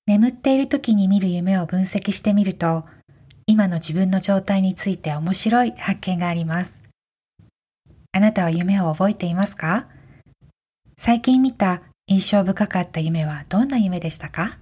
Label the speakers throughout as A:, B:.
A: 眠っている時に見る夢を分析してみると、今の自分の状態について面白い発見があります。あなたは夢を覚えていますか？最近見た印象深かった夢はどんな夢でしたか？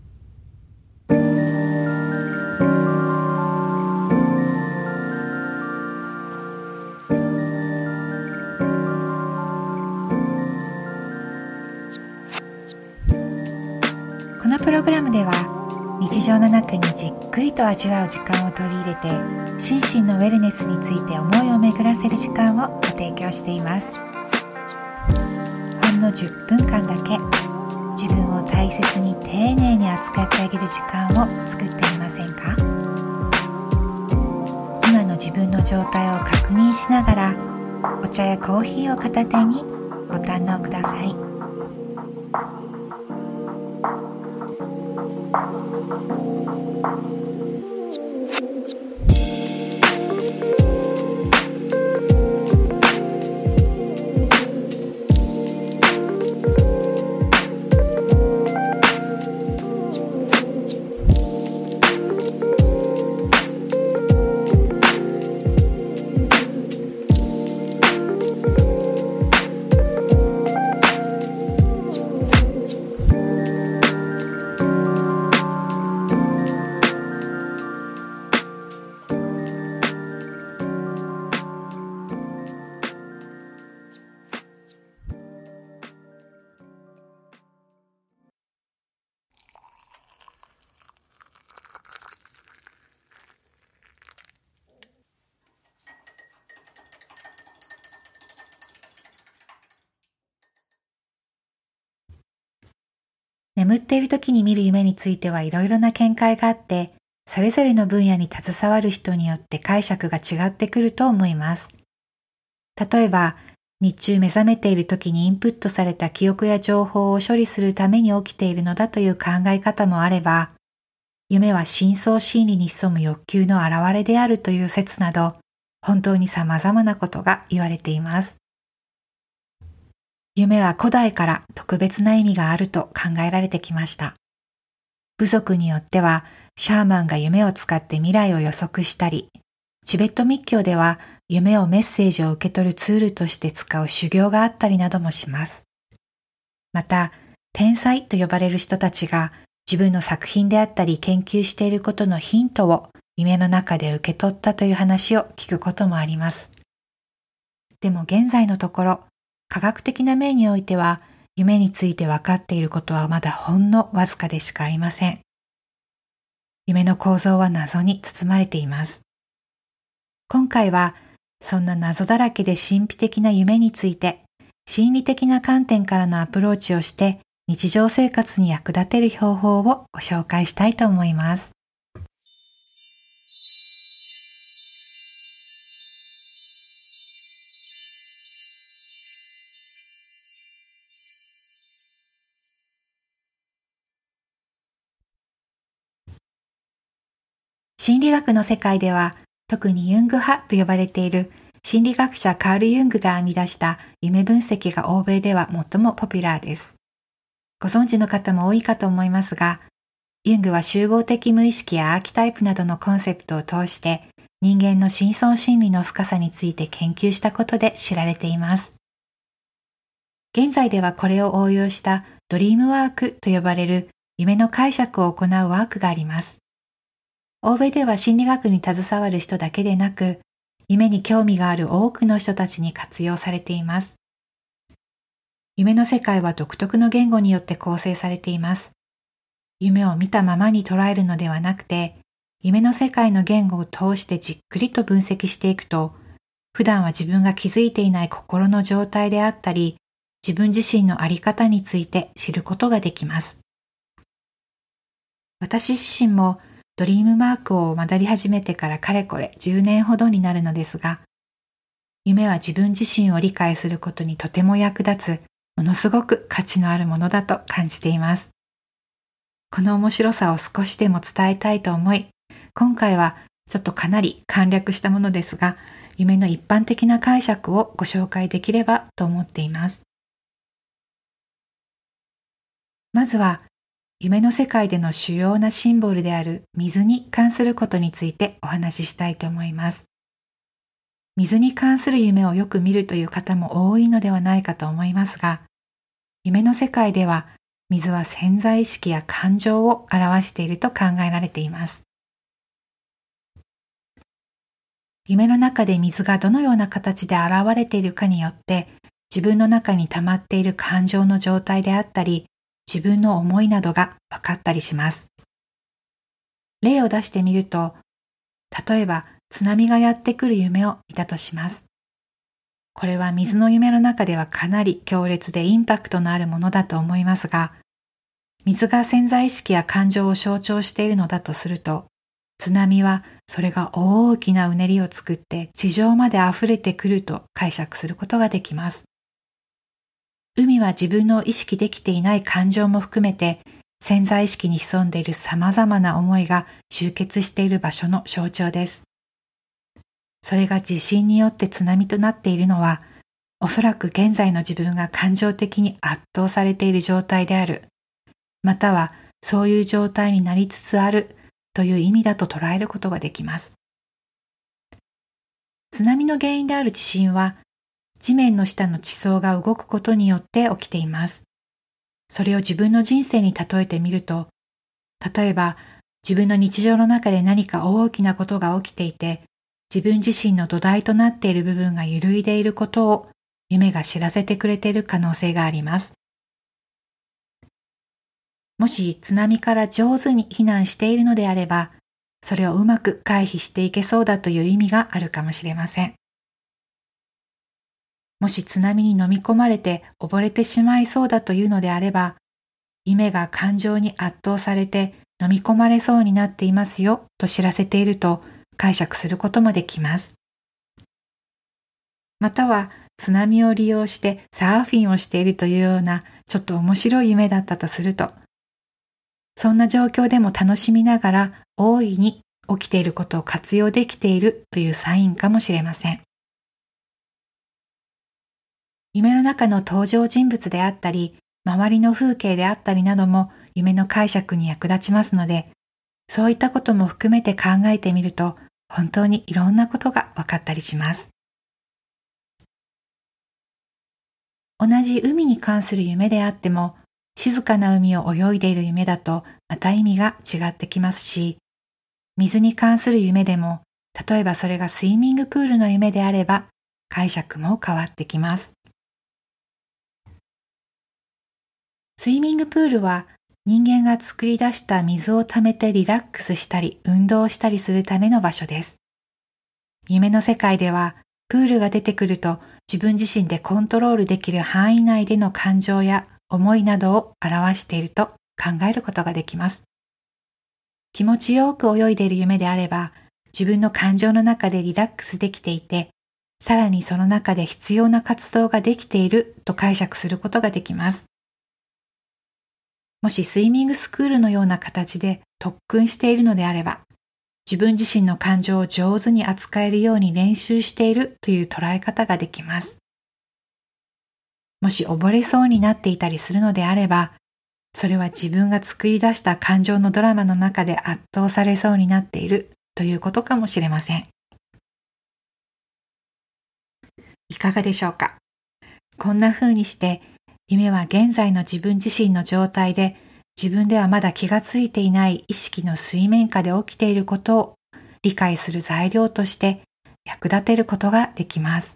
A: このプログラムでは日常の中にじっくりと味わう時間を取り入れて、心身のウェルネスについて思いを巡らせる時間をご提供しています。ほんの10分間だけ自分を大切に丁寧に扱ってあげる時間を作ってみませんか？今の自分の状態を確認しながら、お茶やコーヒーを片手にご堪能ください。眠っている時に見る夢についてはいろいろな見解があって、それぞれの分野に携わる人によって解釈が違ってくると思います。例えば、日中目覚めている時にインプットされた記憶や情報を処理するために起きているのだという考え方もあれば、夢は深層心理に潜む欲求の表れであるという説など、本当に様々なことが言われています。夢は古代から特別な意味があると考えられてきました。部族によっては、シャーマンが夢を使って未来を予測したり、チベット密教では夢をメッセージを受け取るツールとして使う修行があったりなどもします。また、天才と呼ばれる人たちが自分の作品であったり研究していることのヒントを夢の中で受け取ったという話を聞くこともあります。でも現在のところ、科学的な面においては、夢について分かっていることはまだほんのわずかでしかありません。夢の構造は謎に包まれています。今回は、そんな謎だらけで神秘的な夢について、心理的な観点からのアプローチをして、日常生活に役立てる方法をご紹介したいと思います。心理学の世界では、特にユング派と呼ばれている心理学者カール・ユングが編み出した夢分析が欧米では最もポピュラーです。ご存知の方も多いかと思いますが、ユングは集合的無意識やアーキタイプなどのコンセプトを通して人間の深層心理の深さについて研究したことで知られています。現在ではこれを応用したドリームワークと呼ばれる夢の解釈を行うワークがあります。欧米では心理学に携わる人だけでなく、夢に興味がある多くの人たちに活用されています。夢の世界は独特の言語によって構成されています。夢を見たままに捉えるのではなくて、夢の世界の言語を通してじっくりと分析していくと、普段は自分が気づいていない心の状態であったり、自分自身の在り方について知ることができます。私自身もドリームマークを学び始めてからかれこれ10年ほどになるのですが、夢は自分自身を理解することにとても役立つ、ものすごく価値のあるものだと感じています。この面白さを少しでも伝えたいと思い、今回はちょっとかなり簡略したものですが、夢の一般的な解釈をご紹介できればと思っています。まずは、 夢の世界での主要なシンボルである水に関することについてお話ししたいと思います。水に関する夢をよく見るという方も多いのではないかと思いますが、夢の世界では水は潜在意識や感情を表していると考えられています。夢の中で水がどのような形で現れているかによって、自分の中に溜まっている感情の状態であったり、自分の思いなどが分かったりします。例を出してみると、例えば津波がやってくる夢を見たとします。これは水の夢の中ではかなり強烈でインパクトのあるものだと思いますが、水が潜在意識や感情を象徴しているのだとすると、津波はそれが大きなうねりを作って地上まで溢れてくると解釈することができます。海は自分の意識できていない感情も含めて潜在意識に潜んでいる様々な思いが集結している場所の象徴です。それが地震によって津波となっているのは、おそらく現在の自分が感情的に圧倒されている状態である、またはそういう状態になりつつあるという意味だと捉えることができます。津波の原因である地震は、地面の下の地層が動くことによって起きています。それを自分の人生に例えてみると、例えば自分の日常の中で何か大きなことが起きていて、自分自身の土台となっている部分が揺るいでいることを夢が知らせてくれている可能性があります。もし津波から上手に避難しているのであれば、それをうまく回避していけそうだという意味があるかもしれません。もし津波に飲み込まれて溺れてしまいそうだというのであれば、夢が感情に圧倒されて飲み込まれそうになっていますよと知らせていると解釈することもできます。または津波を利用してサーフィンをしているというようなちょっと面白い夢だったとすると、そんな状況でも楽しみながら大いに起きていることを活用できているというサインかもしれません。夢の中の登場人物であったり、周りの風景であったりなども夢の解釈に役立ちますので、そういったことも含めて考えてみると、本当にいろんなことが分かったりします。同じ海に関する夢であっても、静かな海を泳いでいる夢だとまた意味が違ってきますし、水に関する夢でも、例えばそれがスイミングプールの夢であれば、解釈も変わってきます。スイミングプールは人間が作り出した水を溜めてリラックスしたり運動したりするための場所です。夢の世界ではプールが出てくると自分自身でコントロールできる範囲内での感情や思いなどを表していると考えることができます。気持ちよく泳いでいる夢であれば自分の感情の中でリラックスできていて、さらにその中で必要な活動ができていると解釈することができます。もしスイミングスクールのような形で特訓しているのであれば、自分自身の感情を上手に扱えるように練習しているという捉え方ができます。もし溺れそうになっていたりするのであれば、それは自分が作り出した感情のドラマの中で圧倒されそうになっているということかもしれません。いかがでしょうか。こんな風にして夢は現在の自分自身の状態で自分ではまだ気がついていない意識の水面下で起きていることを理解する材料として役立てることができます。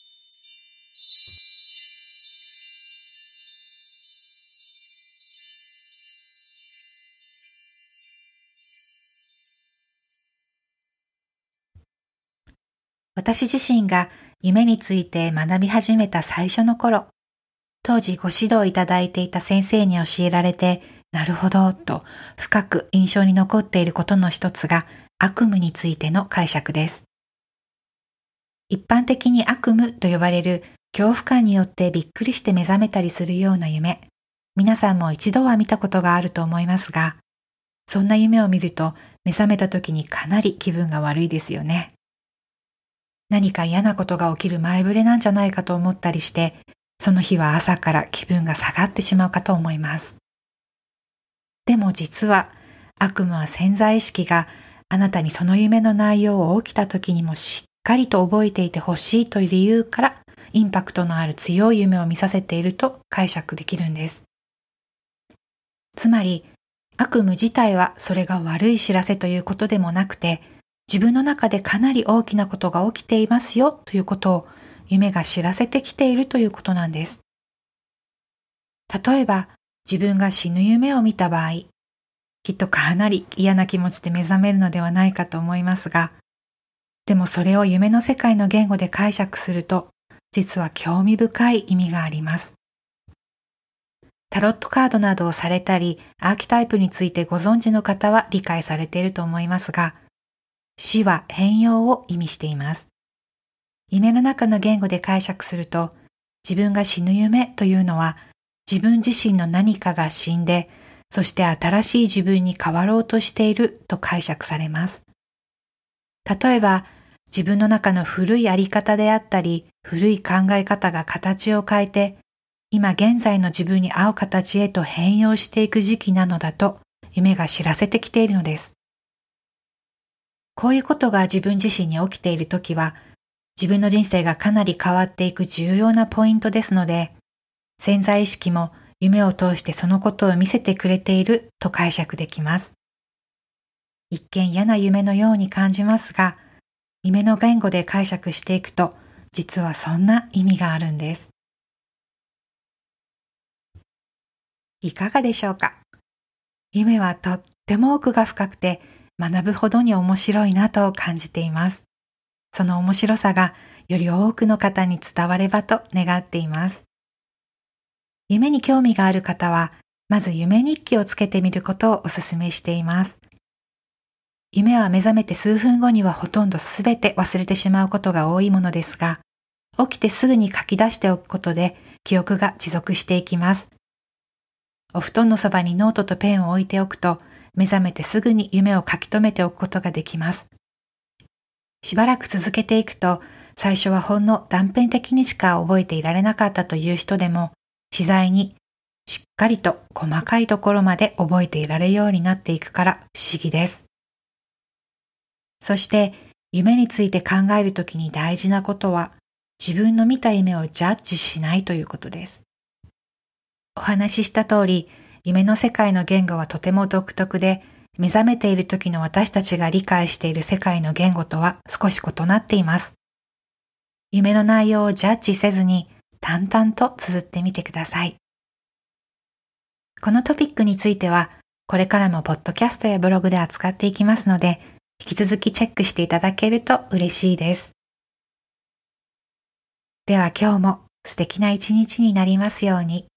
A: 私自身が夢について学び始めた最初の頃、当時ご指導いただいていた先生に教えられて、なるほどと深く印象に残っていることの一つが悪夢についての解釈です。一般的に悪夢と呼ばれる恐怖感によってびっくりして目覚めたりするような夢、皆さんも一度は見たことがあると思いますが、そんな夢を見ると目覚めた時にかなり気分が悪いですよね。何か嫌なことが起きる前触れなんじゃないかと思ったりして、その日は朝から気分が下がってしまうかと思います。 でも実は悪夢は潜在意識があなたにその夢の内容を起きた時にもしっかりと覚えていてほしいという理由からインパクトのある強い夢を見させていると解釈できるんです。つまり悪夢自体はそれが悪い知らせということでもなくて、自分の中でかなり大きなことが起きていますよということを夢が知らせてきているということなんです。例えば自分が死ぬ夢を見た場合、きっとかなり嫌な気持ちで目覚めるのではないかと思いますが、でもそれを夢の世界の言語で解釈すると、実は興味深い意味があります。タロットカードなどをされたり、アーキタイプについてご存知の方は理解されていると思いますが、死は変容を意味しています。夢の中の言語で解釈すると、自分が死ぬ夢というのは、自分自身の何かが死んで、そして新しい自分に変わろうとしていると解釈されます。例えば、自分の中の古いあり方であったり、古い考え方が形を変えて、今現在の自分に合う形へと変容していく時期なのだと、夢が知らせてきているのです。こういうことが自分自身に起きているときは、自分の人生がかなり変わっていく重要なポイントですので、潜在意識も夢を通してそのことを見せてくれていると解釈できます。一見嫌な夢のように感じますが、夢の言語で解釈していくと、実はそんな意味があるんです。いかがでしょうか？夢はとっても奥が深くて、学ぶほどに面白いなと感じています。その面白さがより多くの方に伝わればと願っています。夢に興味がある方は、まず夢日記をつけてみることをお勧めしています。夢は目覚めて数分後にはほとんどすべて忘れてしまうことが多いものですが、起きてすぐに書き出しておくことで記憶が持続していきます。お布団のそばにノートとペンを置いておくと、目覚めてすぐに夢を書き留めておくことができます。しばらく続けていくと、最初はほんの断片的にしか覚えていられなかったという人でも、次第にしっかりと細かいところまで覚えていられるようになっていくから不思議です。そして夢について考えるときに大事なことは、自分の見た夢をジャッジしないということです。お話しした通り、夢の世界の言語はとても独特で、目覚めている時の私たちが理解している世界の言語とは少し異なっています。夢の内容をジャッジせずに淡々と綴ってみてください。このトピックについては、これからもポッドキャストやブログで扱っていきますので、引き続きチェックしていただけると嬉しいです。では今日も素敵な一日になりますように。